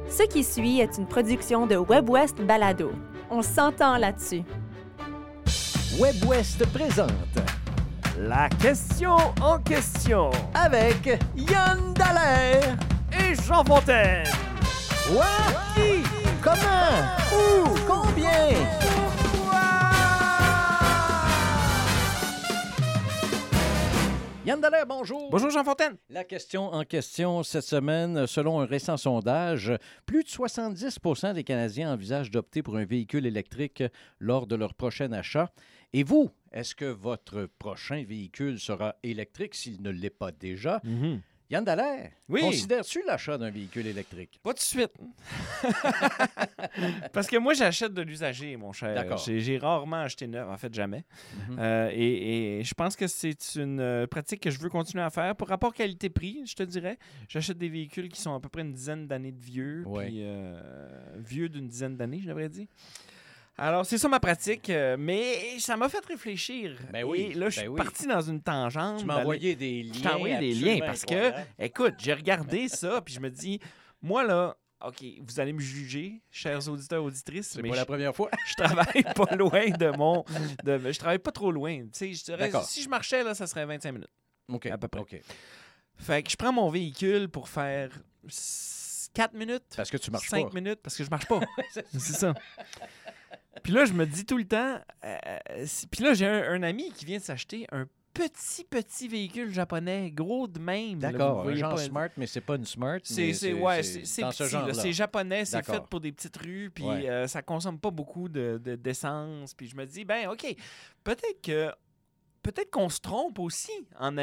Ce qui suit est une production de WebWest Balado. On s'entend là-dessus. WebWest présente La question en question avec Yann Dallaire et Jean Fontaine. Quoi? Qui? Comment? Où? Combien? Yann Dallaire, bonjour. Bonjour Jean Fontaine. La question en question cette semaine, selon un récent sondage, plus de 70 % des Canadiens envisagent d'opter pour un véhicule électrique lors de leur prochain achat. Et vous, est-ce que votre prochain véhicule sera électrique s'il ne l'est pas déjà? Yann Dallaire, Oui. considères-tu l'achat d'un véhicule électrique? Pas tout de suite. Parce que moi, j'achète de l'usager, mon cher. D'accord. J'ai rarement acheté neuf, en fait, jamais. Et je pense que c'est une pratique que je veux continuer à faire. Pour rapport qualité-prix, je te dirais, j'achète des véhicules qui sont à peu près une dizaine d'années de vieux, Ouais. puis vieux d'une dizaine d'années, je devrais dire. Alors, c'est ça ma pratique, mais ça m'a fait réfléchir. Ben oui, Et là, je suis ben oui. parti dans une tangente. Tu m'as envoyé des liens. Je t'ai envoyé des absolument liens parce que, incroyables. écoute, j'ai regardé ça, puis je me dis, moi, là, OK, vous allez me juger, chers auditeurs, auditrices, C'est mais pas la première fois. je travaille pas loin de mon... je travaille pas trop loin. Tu sais, je dirais, D'accord. si je marchais, là, ça serait 25 minutes. OK. À peu près. OK. Fait que je prends mon véhicule pour faire 4 minutes, Parce que tu marches 5 pas. minutes, parce que je marche pas. C'est ça. Puis là, je me dis tout le temps... puis là, j'ai un ami qui vient de s'acheter un petit véhicule japonais, gros de même. là, vous D'accord, un voyez genre pas. Smart, mais c'est pas une Smart. C'est dans ce petit, genre-là. là. C'est japonais, c'est D'accord. fait pour des petites rues, puis Ouais. ça consomme pas beaucoup d'essence. Puis je me dis, ben OK, peut-être qu'on se trompe aussi en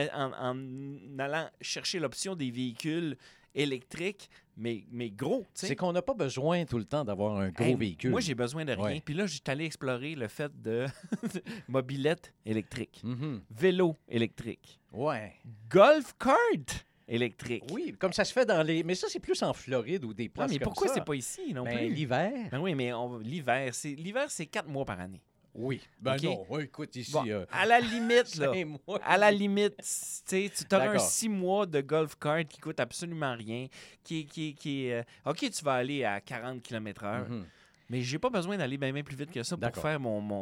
allant chercher l'option des véhicules électriques, mais gros, tu sais. C'est qu'on n'a pas besoin tout le temps d'avoir un gros Hey, véhicule. Moi, j'ai besoin de rien. Ouais. Puis là, j'étais allé explorer le fait de mobilette électrique, Mhm. vélo électrique, Ouais. golf cart électrique. Oui, comme ça se fait dans les... Mais ça, c'est plus en Floride ou des Ouais, places mais comme pourquoi ça. c'est pas ici non Ben, plus? l'hiver? Ben oui, mais l'hiver, c'est 4 mois par année. Oui. Ben OK. non, ouais, écoute, ici... Bon, à la limite, là, 5 mois. à la limite, tu sais, tu auras un D'accord. 6 mois de golf cart qui coûte absolument rien, qui est OK, tu vas aller à 40 km/h, Mhm. mais j'ai pas besoin d'aller bien plus vite que ça pour D'accord. faire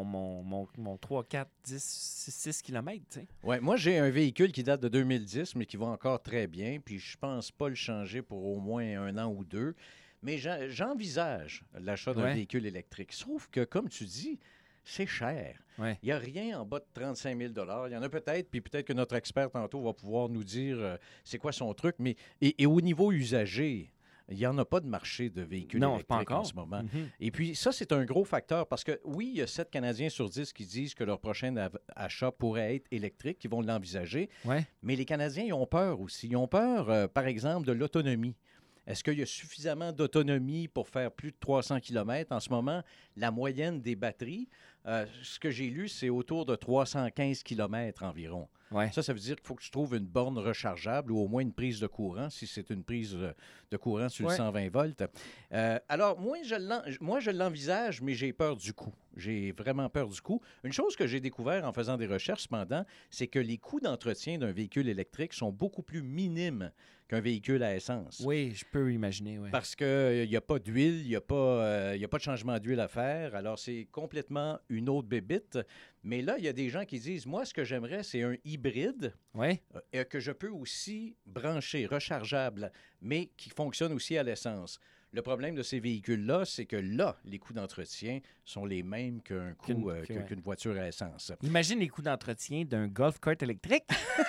mon 3, 4, 10, 6 km, tu sais. Ouais, moi, j'ai un véhicule qui date de 2010, mais qui va encore très bien, puis je pense pas le changer pour au moins 1 an ou 2. Mais j'envisage l'achat d'un Ouais. véhicule électrique. Sauf que, comme tu dis, c'est cher. Ouais. Il n'y a rien en bas de 35 000 $. Il y en a peut-être, puis peut-être que notre expert tantôt va pouvoir nous dire c'est quoi son truc. Mais et au niveau usager, il n'y en a pas de marché de véhicules Non, électriques pas encore. en ce moment. Mhm. Et puis, ça, c'est un gros facteur parce que, oui, il y a 7 Canadiens sur 10 qui disent que leur prochain achat pourrait être électrique, qui vont l'envisager. Ouais. Mais les Canadiens, ils ont peur aussi. Ils ont peur, par exemple, de l'autonomie. Est-ce qu'il y a suffisamment d'autonomie pour faire plus de 300 km? En ce moment, la moyenne des batteries, ce que j'ai lu, c'est autour de 315 km environ. Ouais. Ça veut dire qu'il faut que tu trouves une borne rechargeable ou au moins une prise de courant, si c'est une prise de courant sur le Ouais. 120 volts. Alors, moi, je l'envisage, mais j'ai peur du coût. J'ai vraiment peur du coût. Une chose que j'ai découvert en faisant des recherches, cependant, c'est que les coûts d'entretien d'un véhicule électrique sont beaucoup plus minimes qu'un véhicule à essence. Oui, je peux imaginer, oui. Parce qu'il n'y a pas d'huile, il n'y a pas de changement d'huile à faire. Alors, c'est complètement une autre bébite. Mais là, il y a des gens qui disent, moi, ce que j'aimerais, c'est un hybride Oui? que je peux aussi brancher, rechargeable, mais qui fonctionne aussi à l'essence. Le problème de ces véhicules-là, c'est que là, les coûts d'entretien sont les mêmes qu'une voiture à essence. Imagine les coûts d'entretien d'un golf cart électrique.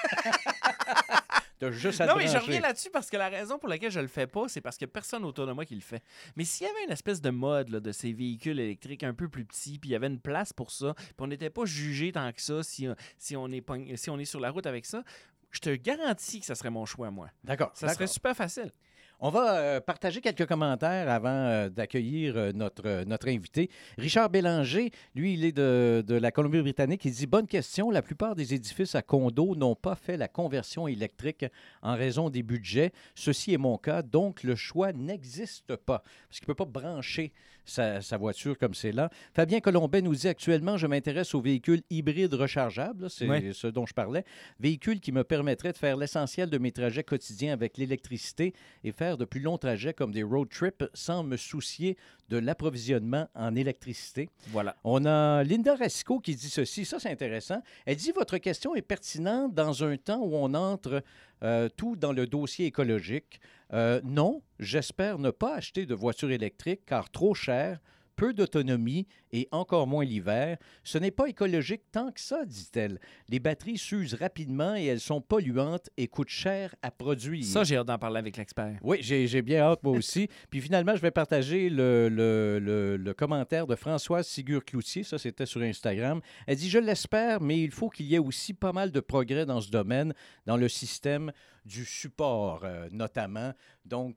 T'as juste à Non, te mais je brancher. reviens là-dessus parce que la raison pour laquelle je le fais pas, c'est parce que personne autour de moi qui le fait. Mais s'il y avait une espèce de mode là, de ces véhicules électriques un peu plus petits, puis il y avait une place pour ça, puis on n'était pas jugé tant que ça si on est sur la route avec ça, je te garantis que ça serait mon choix, moi. D'accord. Ça serait super facile. On va partager quelques commentaires avant d'accueillir notre invité. Richard Bélanger, lui, il est de la Colombie-Britannique. Il dit « Bonne question. La plupart des édifices à condos n'ont pas fait la conversion électrique en raison des budgets. Ceci est mon cas. Donc, le choix n'existe pas. Parce qu'il ne peut pas brancher sa voiture comme c'est là. Fabien Colombet nous dit « Actuellement, je m'intéresse aux véhicules hybrides rechargeables. » C'est ce dont je parlais. « Véhicules qui me permettraient de faire l'essentiel de mes trajets quotidiens avec l'électricité et faire faire de plus longs trajets comme des road trips sans me soucier de l'approvisionnement en électricité. Voilà. On a Linda Racicot qui dit ceci, ça c'est intéressant. Elle dit « Votre question est pertinente dans un temps où on entre tout dans le dossier écologique. Non, j'espère ne pas acheter de voiture électrique car trop cher, peu d'autonomie et encore moins l'hiver. Ce n'est pas écologique tant que ça, dit-elle. Les batteries s'usent rapidement et elles sont polluantes et coûtent cher à produire. » Ça, j'ai hâte d'en parler avec l'expert. Oui, j'ai bien hâte, moi aussi. Puis finalement, je vais partager le commentaire de Françoise Sigur-Cloutier. Ça, c'était sur Instagram. Elle dit « Je l'espère, mais il faut qu'il y ait aussi pas mal de progrès dans ce domaine, dans le système du support, notamment. Donc,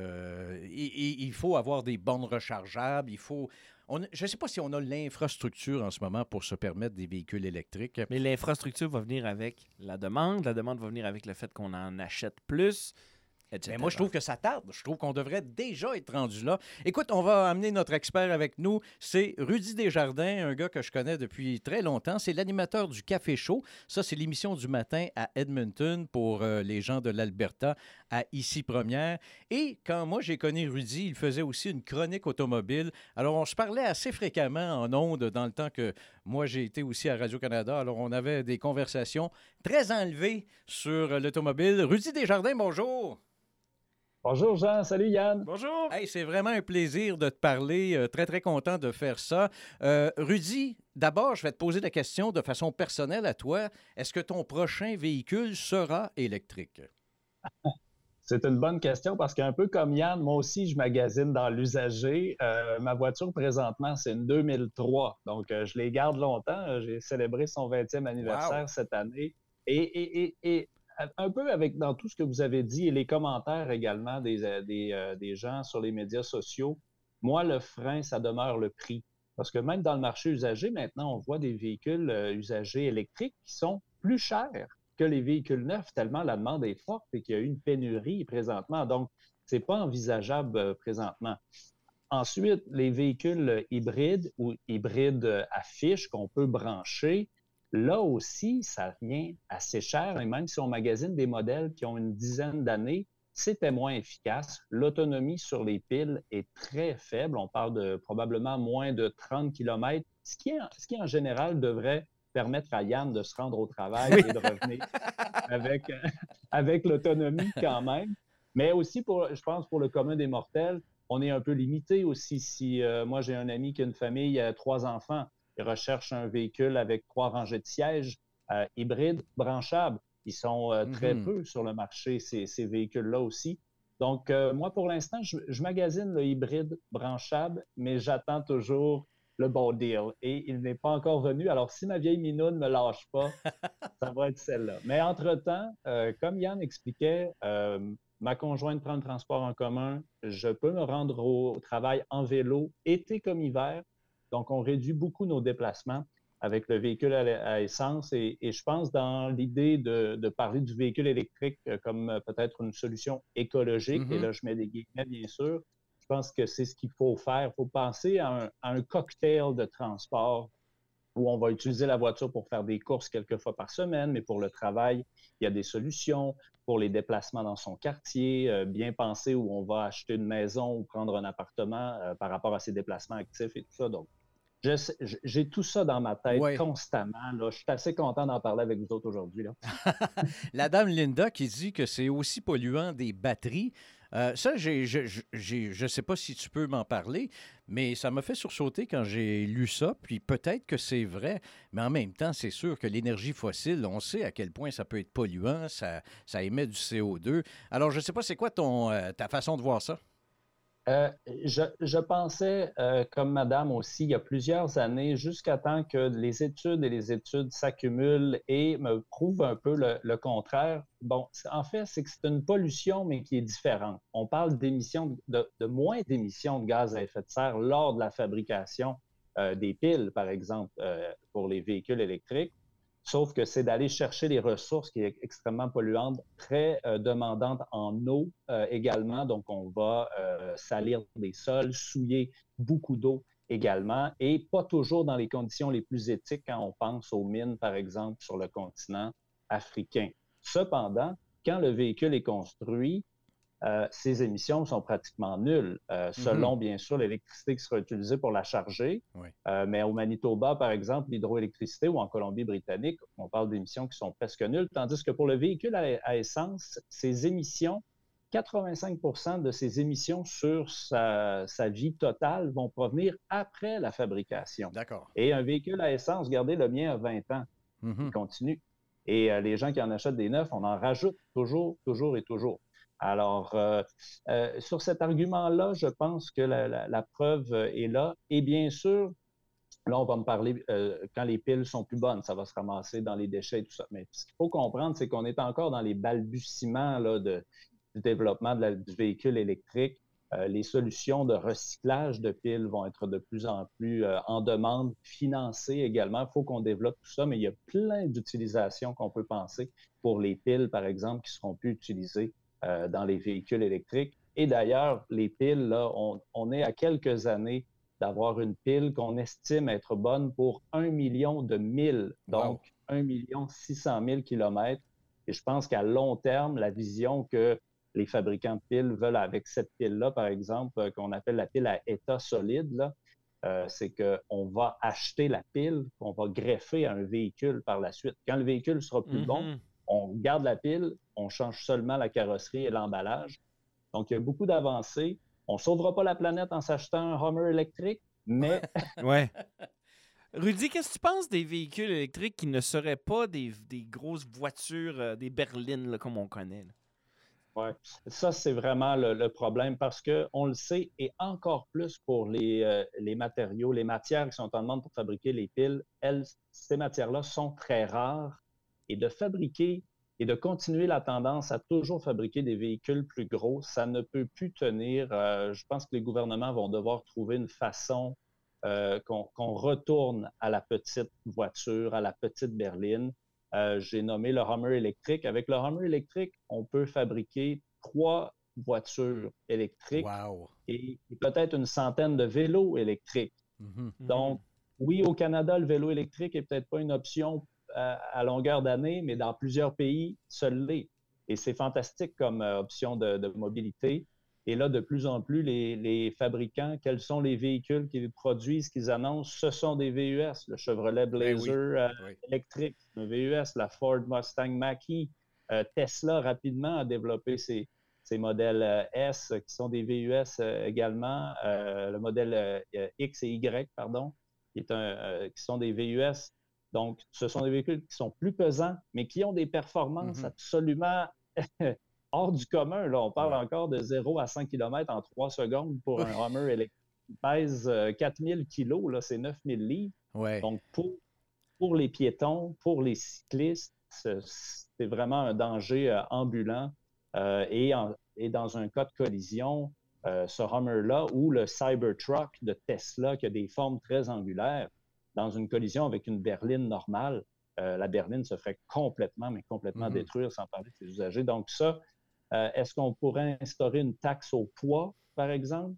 il faut avoir des bornes rechargeables. Il faut... je ne sais pas si on a l'infrastructure en ce moment pour se permettre des véhicules électriques. Mais l'infrastructure va venir avec la demande. La demande va venir avec le fait qu'on en achète plus, etc. Mais moi, je trouve que ça tarde. Je trouve qu'on devrait déjà être rendu là. Écoute, on va amener notre expert avec nous. C'est Rudy Desjardins, un gars que je connais depuis très longtemps. C'est l'animateur du Café Chaud. Ça, c'est l'émission du matin à Edmonton pour les gens de l'Alberta à Ici Première. Et quand moi, j'ai connu Rudy, il faisait aussi une chronique automobile. Alors, on se parlait assez fréquemment en ondes dans le temps que moi, j'ai été aussi à Radio-Canada. Alors, on avait des conversations très enlevées sur l'automobile. Rudy Desjardins, bonjour! Bonjour Jean, salut Yann. Bonjour! Hey, c'est vraiment un plaisir de te parler. Très, très content de faire ça. Rudy, d'abord, je vais te poser la question de façon personnelle à toi. Est-ce que ton prochain véhicule sera électrique? C'est une bonne question parce qu'un peu comme Yann, moi aussi, je magasine dans l'usager. Ma voiture, présentement, c'est une 2003. Donc, je les garde longtemps. J'ai célébré son 20e anniversaire cette année. Et un peu dans tout ce que vous avez dit et les commentaires également des gens sur les médias sociaux, moi, le frein, ça demeure le prix. Parce que même dans le marché usagé, maintenant, on voit des véhicules usagés électriques qui sont plus chers que les véhicules neufs, tellement la demande est forte et qu'il y a eu une pénurie présentement. Donc, c'est pas envisageable présentement. Ensuite, les véhicules hybrides ou hybrides à fiche qu'on peut brancher, là aussi, ça revient assez cher. Et même si on magasine des modèles qui ont une dizaine d'années, c'était moins efficace. L'autonomie sur les piles est très faible. On parle de probablement moins de 30 km, ce qui en général devrait permettre à Yann de se rendre au travail et de revenir avec l'autonomie quand même. Mais aussi, je pense, pour le commun des mortels, on est un peu limité aussi. Si moi, j'ai un ami qui a une famille, 3 enfants, il recherche un véhicule avec 3 rangées de sièges hybrides branchables. Ils sont très peu sur le marché, ces véhicules-là aussi. Donc, moi, pour l'instant, je magasine le hybride branchable, mais j'attends toujours le bon deal. Et il n'est pas encore venu. Alors, si ma vieille minoune ne me lâche pas, ça va être celle-là. Mais entre-temps, comme Yann expliquait, ma conjointe prend le transport en commun. Je peux me rendre au travail en vélo, été comme hiver. Donc, on réduit beaucoup nos déplacements avec le véhicule à essence. Et je pense dans l'idée de parler du véhicule électrique comme peut-être une solution écologique, et là, je mets des guillemets, bien sûr. Je pense que c'est ce qu'il faut faire. Il faut penser à un cocktail de transport où on va utiliser la voiture pour faire des courses quelques fois par semaine, mais pour le travail, il y a des solutions. Pour les déplacements dans son quartier, bien penser où on va acheter une maison ou prendre un appartement par rapport à ses déplacements actifs et tout ça. Donc, j'ai tout ça dans ma tête constamment. Là. Je suis assez content d'en parler avec vous autres aujourd'hui. Là. La dame Linda qui dit que c'est aussi polluant des batteries. Ça, je ne sais pas si tu peux m'en parler, mais ça m'a fait sursauter quand j'ai lu ça. Puis peut-être que c'est vrai, mais en même temps, c'est sûr que l'énergie fossile, on sait à quel point ça peut être polluant, ça émet du CO2. Alors, je ne sais pas, c'est quoi ta façon de voir ça? Je pensais, comme madame aussi, il y a plusieurs années, jusqu'à temps que les études s'accumulent et me prouvent un peu le contraire. Bon, en fait, c'est que c'est une pollution, mais qui est différente. On parle d'émissions, de moins d'émissions de gaz à effet de serre lors de la fabrication des piles, par exemple, pour les véhicules électriques. Sauf que c'est d'aller chercher les ressources qui est extrêmement polluantes, très demandantes en eau également. Donc, on va salir des sols, souiller beaucoup d'eau également et pas toujours dans les conditions les plus éthiques quand on pense aux mines, par exemple, sur le continent africain. Cependant, quand le véhicule est construit, ces émissions sont pratiquement nulles, selon, bien sûr, l'électricité qui sera utilisée pour la charger. Oui. Mais au Manitoba, par exemple, l'hydroélectricité ou en Colombie-Britannique, on parle d'émissions qui sont presque nulles, tandis que pour le véhicule à essence, ces émissions, 85 de ces émissions sur sa vie totale vont provenir après la fabrication. D'accord. Et un véhicule à essence, regardez, le mien a 20 ans, il continue. Et les gens qui en achètent des neufs, on en rajoute toujours, toujours et toujours. Alors, sur cet argument-là, je pense que la preuve est là. Et bien sûr, là, on va me parler quand les piles sont plus bonnes, ça va se ramasser dans les déchets et tout ça. Mais ce qu'il faut comprendre, c'est qu'on est encore dans les balbutiements là, du développement du véhicule électrique. Les solutions de recyclage de piles vont être de plus en plus en demande, financées également. Il faut qu'on développe tout ça, mais il y a plein d'utilisations qu'on peut penser pour les piles, par exemple, qui seront plus utilisées dans les véhicules électriques. Et d'ailleurs, les piles, là, on est à quelques années d'avoir une pile qu'on estime être bonne pour 1 million de milles, donc 1 600 000 kilomètres. Et je pense qu'à long terme, la vision que les fabricants de piles veulent avec cette pile-là, par exemple, qu'on appelle la pile à état solide, là, c'est qu'on va acheter la pile, qu'on va greffer à un véhicule par la suite. Quand le véhicule sera plus bon, on garde la pile, on change seulement la carrosserie et l'emballage. Donc, il y a beaucoup d'avancées. On ne sauvera pas la planète en s'achetant un Hummer électrique, mais... Ouais. Rudy, qu'est-ce que tu penses des véhicules électriques qui ne seraient pas des grosses voitures, des berlines, là, comme on connaît? Oui, ça, c'est vraiment le problème parce qu'on le sait, et encore plus pour les matériaux, les matières qui sont en demande pour fabriquer les piles, ces matières-là sont très rares. Et de fabriquer et de continuer la tendance à toujours fabriquer des véhicules plus gros, ça ne peut plus tenir. Je pense que les gouvernements vont devoir trouver une façon qu'on retourne à la petite voiture, à la petite berline. J'ai nommé le Hummer électrique. Avec le Hummer électrique, on peut fabriquer 3 voitures électriques et peut-être une centaine de vélos électriques. Donc, oui, au Canada, le vélo électrique n'est peut-être pas une option à longueur d'année, mais dans plusieurs pays, seul l'est. Et c'est fantastique comme option de mobilité. Et là, de plus en plus, les fabricants, quels sont les véhicules qu'ils produisent, qu'ils annoncent? Ce sont des VUS. Le Chevrolet Blazer électrique, un VUS. La Ford Mustang Mach-E. Tesla, rapidement, a développé ces modèles S, qui sont des VUS également. Le modèle X et Y, pardon, qui sont des VUS. Donc, ce sont des véhicules qui sont plus pesants, mais qui ont des performances absolument hors du commun. Là, on parle encore de 0 à 100 km en 3 secondes pour un Hummer électrique qui pèse 4000 kilos, là, c'est 9000 livres. Donc, pour les piétons, pour les cyclistes, c'est vraiment un danger ambulant. Et dans un cas de collision, ce Hummer-là ou le Cybertruck de Tesla, qui a des formes très angulaires, dans une collision avec une berline normale, la berline se ferait complètement détruire, sans parler de ses usagers. Donc ça, est-ce qu'on pourrait instaurer une taxe au poids, par exemple?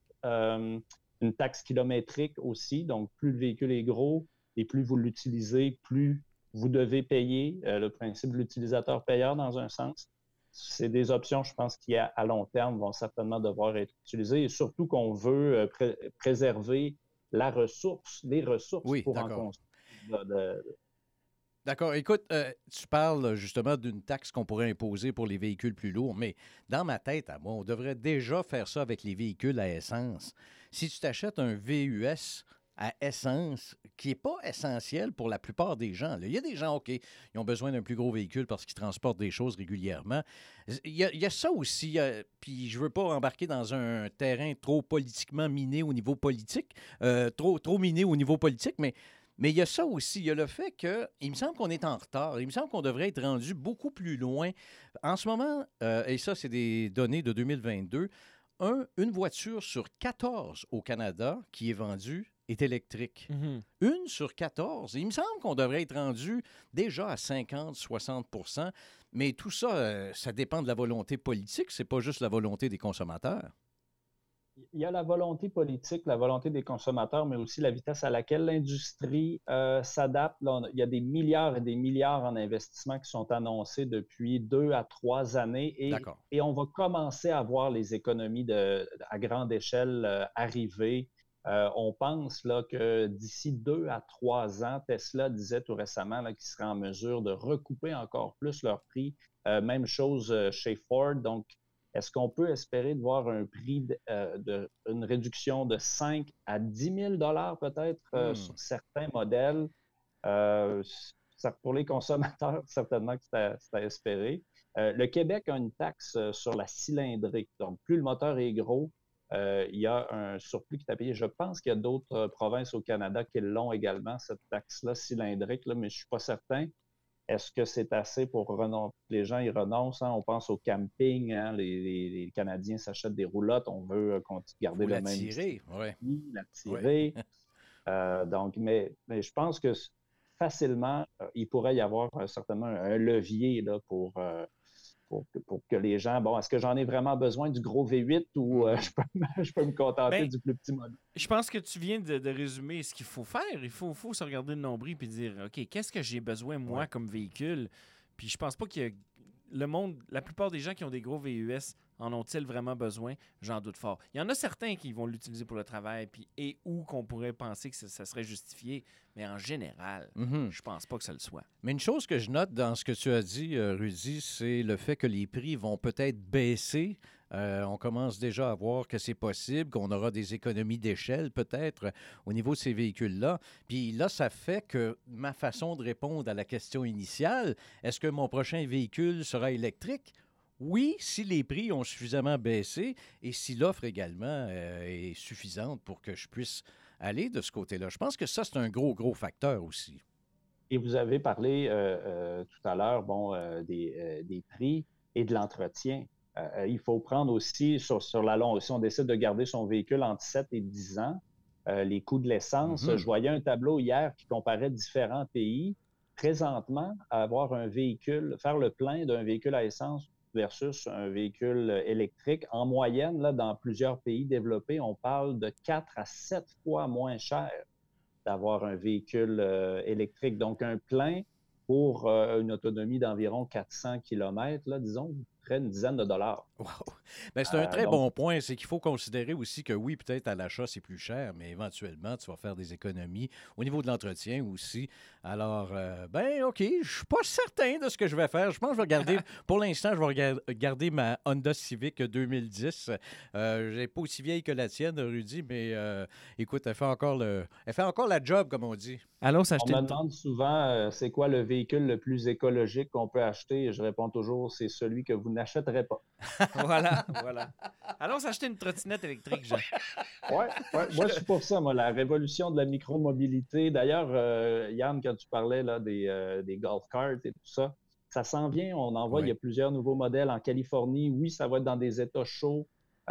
Une taxe kilométrique aussi. Donc, plus le véhicule est gros et plus vous l'utilisez, plus vous devez payer. Le principe de l'utilisateur-payeur, dans un sens. C'est des options, je pense, qui, à long terme, vont certainement devoir être utilisées. Et surtout qu'on veut préserver les ressources pour en construire. D'accord. Écoute, tu parles justement d'une taxe qu'on pourrait imposer pour les véhicules plus lourds, mais dans ma tête, à moi, on devrait déjà faire ça avec les véhicules à essence. Si tu t'achètes un VUS à essence, qui n'est pas essentiel pour la plupart des gens. Là. Il y a des gens, OK, ils ont besoin d'un plus gros véhicule parce qu'ils transportent des choses régulièrement. Il y a ça aussi, puis je ne veux pas embarquer dans un terrain trop politiquement miné au niveau politique, trop miné au niveau politique, mais il y a ça aussi. Il y a le fait qu'il me semble qu'on est en retard. Il me semble qu'on devrait être rendu beaucoup plus loin. En ce moment, et ça, c'est des données de 2022, une voiture sur 14 au Canada qui est vendue est électrique. Une sur 14. Il me semble qu'on devrait être rendu déjà à 50-60 %. Mais tout ça, ça dépend de la volonté politique. C'est pas juste la volonté des consommateurs. Il y a la volonté politique, la volonté des consommateurs, mais aussi la vitesse à laquelle l'industrie s'adapte. Là, il y a des milliards et des milliards en investissements qui sont annoncés depuis 2 à 3 années et on va commencer à voir les économies à grande échelle arriver. On pense là, que d'ici 2 à 3 ans, Tesla disait tout récemment là, qu'ils seraient en mesure de recouper encore plus leur prix. Même chose chez Ford. Donc, est-ce qu'on peut espérer de voir un prix, une réduction de 5 à 10 000 $ peut-être sur certains modèles? Pour les consommateurs, certainement que c'est à espérer. Le Québec a une taxe sur la cylindrée. Donc, plus le moteur est gros, il y a un surplus qui est à payer. Je pense qu'il y a d'autres provinces au Canada qui l'ont également, cette taxe-là cylindrique, là, mais je ne suis pas certain. Est-ce que c'est assez pour renoncer? Les gens y renoncent. Hein? On pense au camping. Hein? Les Canadiens s'achètent des roulottes. On veut garder le même style. La tirer. Donc, mais je pense que facilement, il pourrait y avoir certainement un levier là, pour que les gens... Bon, est-ce que j'en ai vraiment besoin du gros V8 ou je peux me contenter du plus petit modèle? Je pense que tu viens de résumer ce qu'il faut faire. Il faut se regarder le nombril et dire, OK, qu'est-ce que j'ai besoin, moi, comme véhicule? Puis je pense pas qu'il y a... Le monde, la plupart des gens qui ont des gros VUS, en ont-ils vraiment besoin? J'en doute fort. Il y en a certains qui vont l'utiliser pour le travail et où qu'on pourrait penser que ça serait justifié, mais en général, je pense pas que ça le soit. Mais une chose que je note dans ce que tu as dit, Rudy, c'est le fait que les prix vont peut-être baisser. On commence déjà à voir que c'est possible, qu'on aura des économies d'échelle peut-être au niveau de ces véhicules-là. Puis là, ça fait que ma façon de répondre à la question initiale, est-ce que mon prochain véhicule sera électrique? Oui, si les prix ont suffisamment baissé et si l'offre également est suffisante pour que je puisse aller de ce côté-là. Je pense que ça, c'est un gros facteur aussi. Et vous avez parlé tout à l'heure des prix et de l'entretien. Il faut prendre aussi sur la longue, si on décide de garder son véhicule entre 7 et 10 ans, les coûts de l'essence. Je voyais un tableau hier qui comparait différents pays. Présentement, avoir un véhicule, faire le plein d'un véhicule à essence versus un véhicule électrique, en moyenne, là, dans plusieurs pays développés, on parle de 4 à 7 fois moins cher d'avoir un véhicule électrique. Donc, un plein pour une autonomie d'environ 400 km, là, disons, près d'une dizaine de dollars. Wow. Bien, c'est un très bon point. C'est qu'il faut considérer aussi que oui, peut-être à l'achat, c'est plus cher, mais éventuellement, tu vas faire des économies au niveau de l'entretien aussi. Alors, OK, je ne suis pas certain de ce que je vais faire. Je pense que je vais garder, pour l'instant, je vais garder ma Honda Civic 2010. Je n'ai pas aussi vieille que la tienne, Rudy, mais écoute, elle fait encore la job, comme on dit. Allons s'acheter. On me demande souvent, c'est quoi le véhicule le plus écologique qu'on peut acheter? Et je réponds toujours, c'est celui que vous n'achèterez pas. Voilà. Allons s'acheter une trottinette électrique, Jean. Ouais. Moi, je suis pour ça, la révolution de la micromobilité. D'ailleurs, Yann, quand tu parlais là, des golf carts et tout ça, ça s'en vient. On en voit, il y a plusieurs nouveaux modèles en Californie. Oui, ça va être dans des États chauds,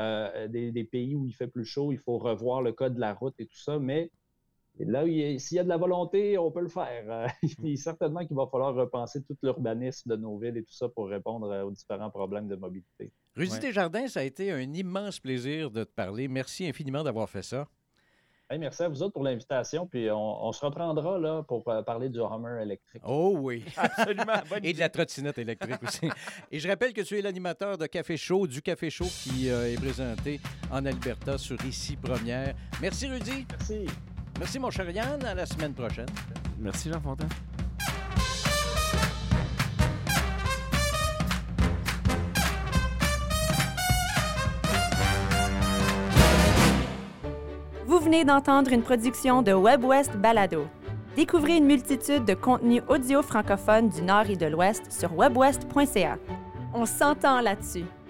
des pays où il fait plus chaud. Il faut revoir le code de la route et tout ça, mais là, s'il y a de la volonté, on peut le faire. Certainement qu'il va falloir repenser tout l'urbanisme de nos villes et tout ça pour répondre aux différents problèmes de mobilité. Rudy Desjardins, ça a été un immense plaisir de te parler. Merci infiniment d'avoir fait ça. Hey, merci à vous autres pour l'invitation. Puis on se reprendra là, pour parler du Hummer électrique. Oh oui, absolument. Et de la trottinette électrique aussi. Et je rappelle que tu es l'animateur de Café Chaud, du Café Chaud qui est présenté en Alberta sur Ici Première. Merci Rudy. Merci. Merci, mon cher Yann. À la semaine prochaine. Merci, Jean Fontaine. Vous venez d'entendre une production de WebWest Balado. Découvrez une multitude de contenus audio francophones du Nord et de l'Ouest sur webwest.ca. On s'entend là-dessus.